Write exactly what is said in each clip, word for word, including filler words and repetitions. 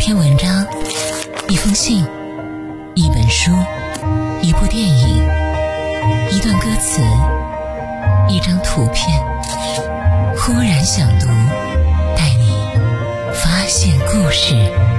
篇文章，一封信，一本书，一部电影，一段歌词，一张图片，忽然想读，带你发现故事。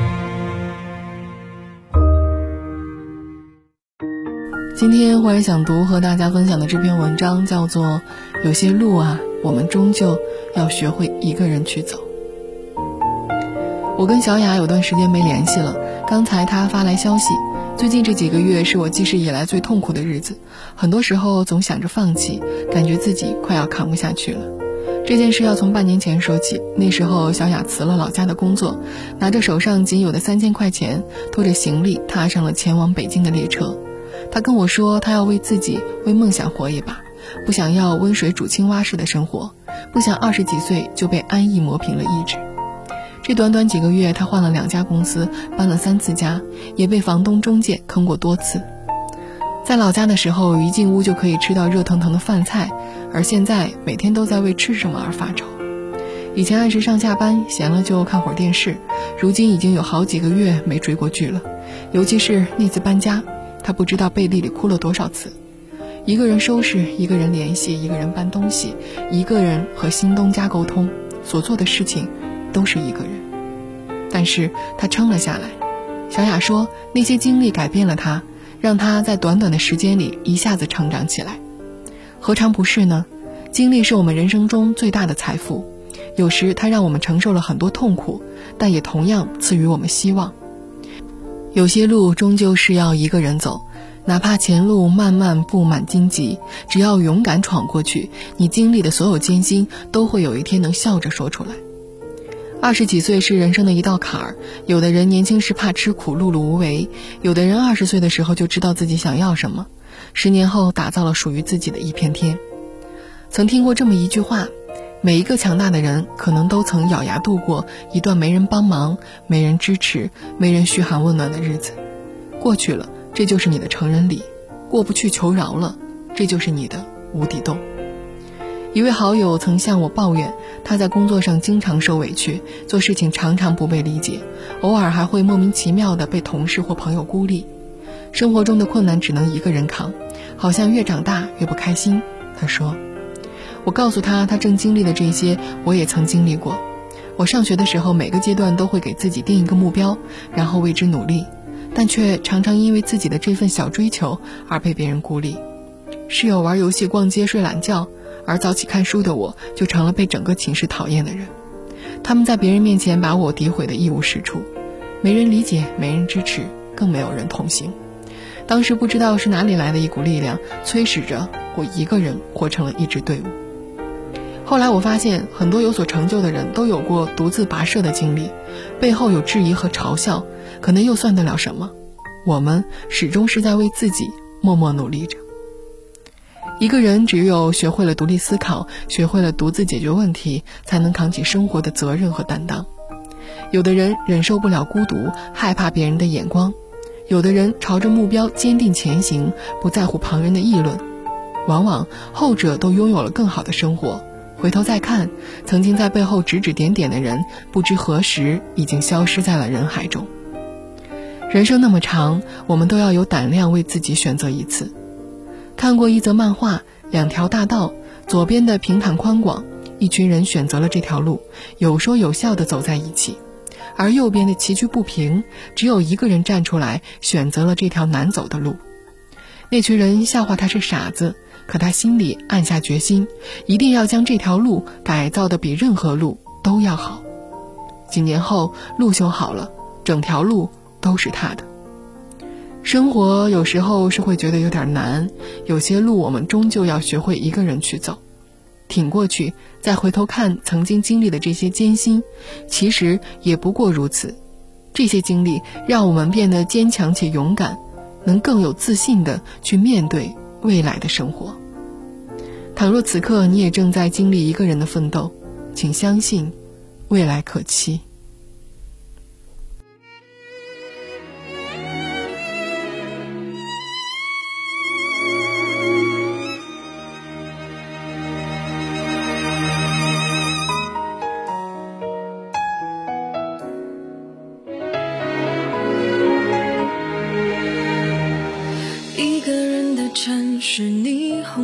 今天忽然想读和大家分享的这篇文章叫做有些路啊，我们终究要学会一个人去走。我跟小雅有段时间没联系了，刚才她发来消息，最近这几个月是我记事以来最痛苦的日子，很多时候总想着放弃，感觉自己快要扛不下去了。这件事要从半年前说起，那时候小雅辞了老家的工作，拿着手上仅有的三千块钱，拖着行李踏上了前往北京的列车。她跟我说，她要为自己为梦想活一把，不想要温水煮青蛙式的生活，不想二十几岁就被安逸磨平了意志。这短短几个月，她换了两家公司，搬了三次家，也被房东中介坑过多次。在老家的时候，一进屋就可以吃到热腾腾的饭菜，而现在每天都在为吃什么而发愁。以前按时上下班，闲了就看会儿电视，如今已经有好几个月没追过剧了。尤其是那次搬家，她不知道背地里哭了多少次。一个人收拾，一个人联系，一个人搬东西，一个人和新东家沟通，所做的事情都是一个人。但是她撑了下来。小雅说，那些经历改变了她，让她在短短的时间里一下子成长起来。何尝不是呢？经历是我们人生中最大的财富，有时它让我们承受了很多痛苦，但也同样赐予我们希望。有些路终究是要一个人走，哪怕前路漫漫布满荆棘，只要勇敢闯过去，你经历的所有艰辛都会有一天能笑着说出来。二十几岁是人生的一道坎儿，有的人年轻时怕吃苦碌碌无为，有的人二十岁的时候就知道自己想要什么，十年后打造了属于自己的一片天。曾听过这么一句话，每一个强大的人可能都曾咬牙度过一段没人帮忙，没人支持，没人嘘寒问暖的日子。过去了，这就是你的成人礼；过不去求饶了，这就是你的无底洞。一位好友曾向我抱怨，他在工作上经常受委屈，做事情常常不被理解，偶尔还会莫名其妙地被同事或朋友孤立。生活中的困难只能一个人扛，好像越长大越不开心。他说，我告诉他，他正经历的这些我也曾经历过。我上学的时候，每个阶段都会给自己定一个目标，然后为之努力，但却常常因为自己的这份小追求而被别人孤立。室友玩游戏、逛街、睡懒觉，而早起看书的我就成了被整个寝室讨厌的人。他们在别人面前把我诋毁得一无是处，没人理解，没人支持，更没有人同行。当时不知道是哪里来的一股力量，催使着我一个人活成了一支队伍。后来我发现，很多有所成就的人都有过独自跋涉的经历，背后有质疑和嘲笑，可能又算得了什么？我们始终是在为自己默默努力着。一个人只有学会了独立思考，学会了独自解决问题，才能扛起生活的责任和担当。有的人忍受不了孤独，害怕别人的眼光；有的人朝着目标坚定前行，不在乎旁人的议论。往往后者都拥有了更好的生活，回头再看，曾经在背后指指点点的人，不知何时已经消失在了人海中。人生那么长，我们都要有胆量为自己选择一次。看过一则漫画，两条大道，左边的平坦宽广，一群人选择了这条路，有说有笑地走在一起；而右边的崎岖不平，只有一个人站出来，选择了这条难走的路。那群人笑话他是傻子，可他心里暗下决心，一定要将这条路改造得比任何路都要好。几年后，路修好了，整条路都是他的。生活有时候是会觉得有点难，有些路我们终究要学会一个人去走，挺过去，再回头看曾经经历的这些艰辛，其实也不过如此。这些经历让我们变得坚强且勇敢，能更有自信地去面对未来的生活。倘若此刻你也正在经历一个人的奋斗，请相信未来可期。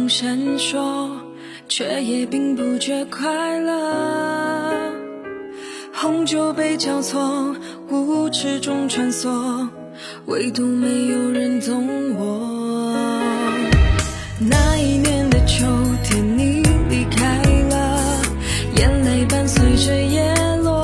闪烁，却也并不觉快乐。红酒杯交错，舞池中穿梭，唯独没有人懂我。那一年的秋天，你离开了，眼泪伴随着叶落。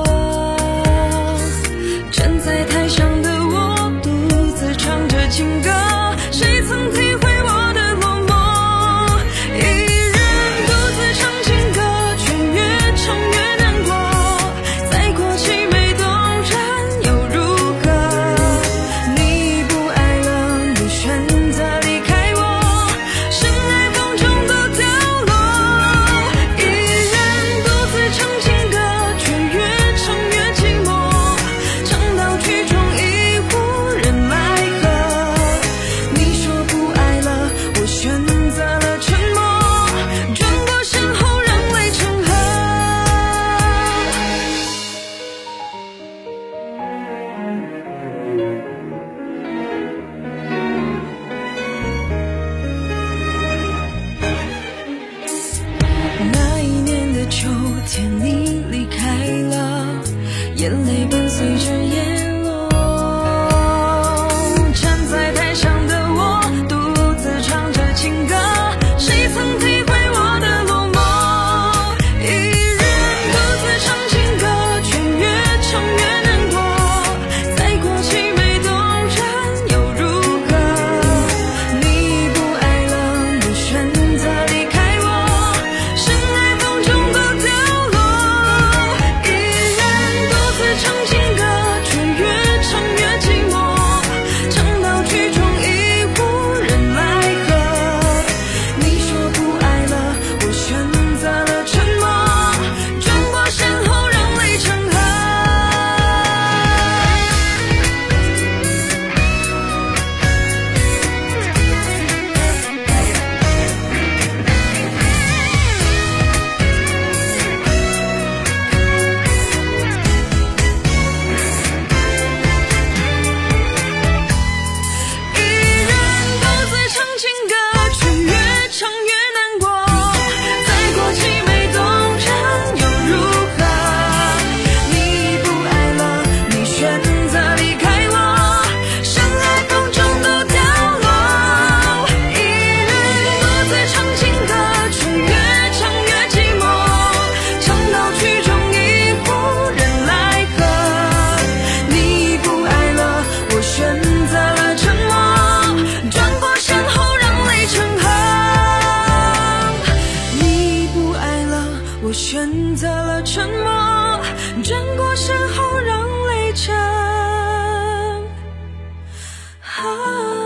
站在台上的我，独自唱着情歌，谁曾体会我的落寞？一人独自唱情歌，却越唱越难过。再过凄美动人又如何？你不爱了，你选择离开我，深爱风中都掉落。一人独自唱情歌，却越唱越寂寞，唱到曲终已无人来和。你说不爱了，我选择了沉默，转过身后让泪成河。那一年的秋天，你离开了，眼泪伴随着叶落。站在台上的我，独自唱着情歌，谁曾体会我的落寞？一人独自唱情歌，却越唱越难过。再过凄美动人又如何？你不爱了，你选择离开我，深爱风中都掉落。一人独自唱情歌，却越唱越寂寞，唱到曲终已无人来和。你说不爱了，我选择了沉默，转过身后让泪成河。一人独自唱情歌，却越唱越难过。再过凄美动人又如何？你不爱了，你选择离开我，深爱风中都掉落。一人独自唱情歌，却越唱越寂寞，唱到曲终已无人来和。你不爱了，我选择了沉默，转过身后让泪成河。你不爱了，我选择了沉默，转过身后让泪成河。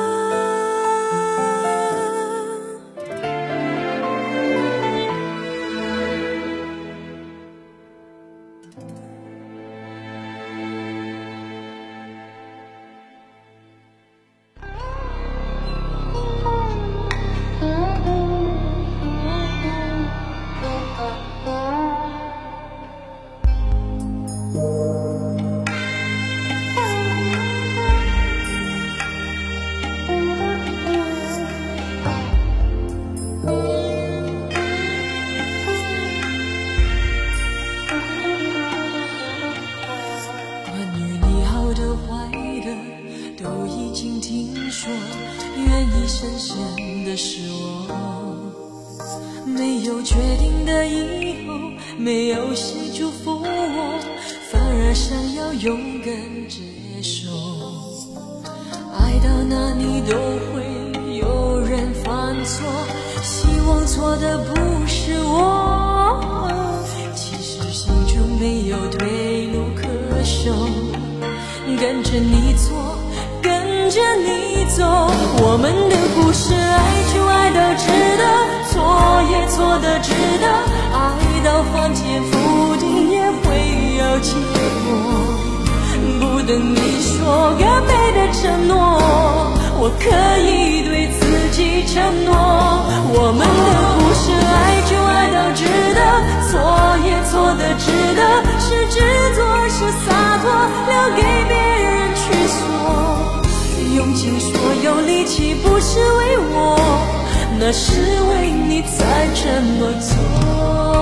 关于你好的坏的都已经听说，愿意深陷的是我，没有决定的以后，没有谁祝福我，反而想要勇敢接受。爱到哪里都会有人犯错，希望错的不是我，其实心中没有退路可守，跟着你错，跟着你走，我们的故事爱就爱到值得，错也错的值得，爱到翻天覆地也会有结果。不等你说个美的承诺，我可以对自己承诺，我们的故事爱就爱到值得，错也错的值得，是执着是洒脱，留给别人去说，用尽所有力气不是为我， 那是为你才这么做。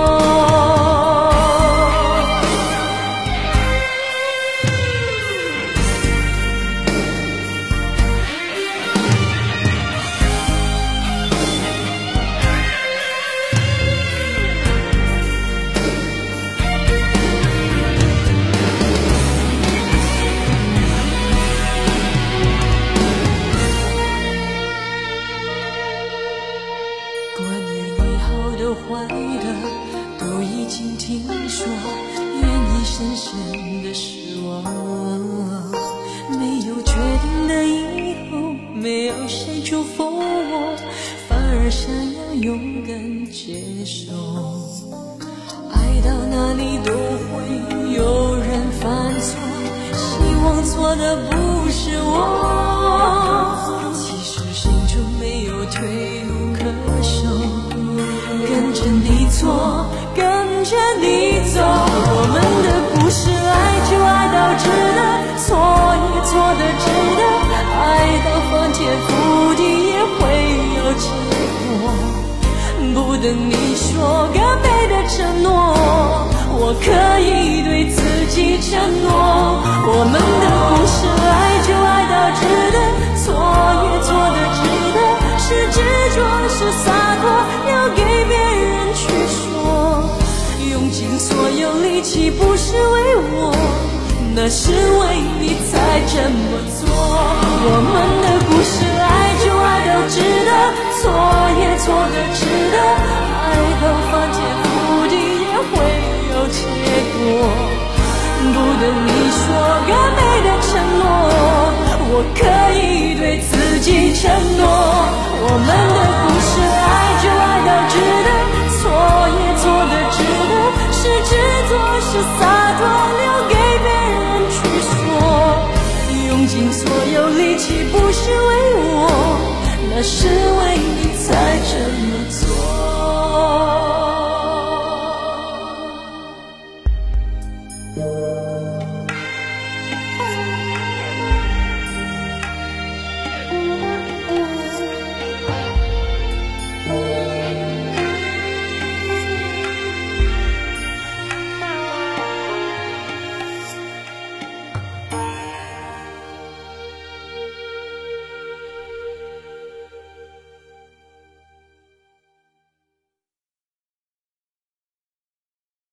坏的都已经听说，愿意深深的失望。没有决定的以后，没有谁祝福我，反而想要勇敢接受。爱到哪里都会有人犯错，希望错的不是我。其实心中没有退路可守，跟着你错，跟着你走，我们的故事爱就爱到值得，错也错的值得，爱到翻天覆地也会有结果。不等你说更美的承诺，我可以对自己承诺，我们的故事爱就爱到值得，错也错的值得，是执着是洒脱，要给别人去说，用尽所有力气不是为我，那是为你才这么做。我们的故事爱就爱到值得，错也错的值得，爱到翻天覆地也会有结果。不等你说更美的承诺，我可以对自己承诺，我们的故事爱就爱到值得，错也错的值得，是执着是洒脱，留给别人去说，用尽所有力气不是为我，那是为你才这么做。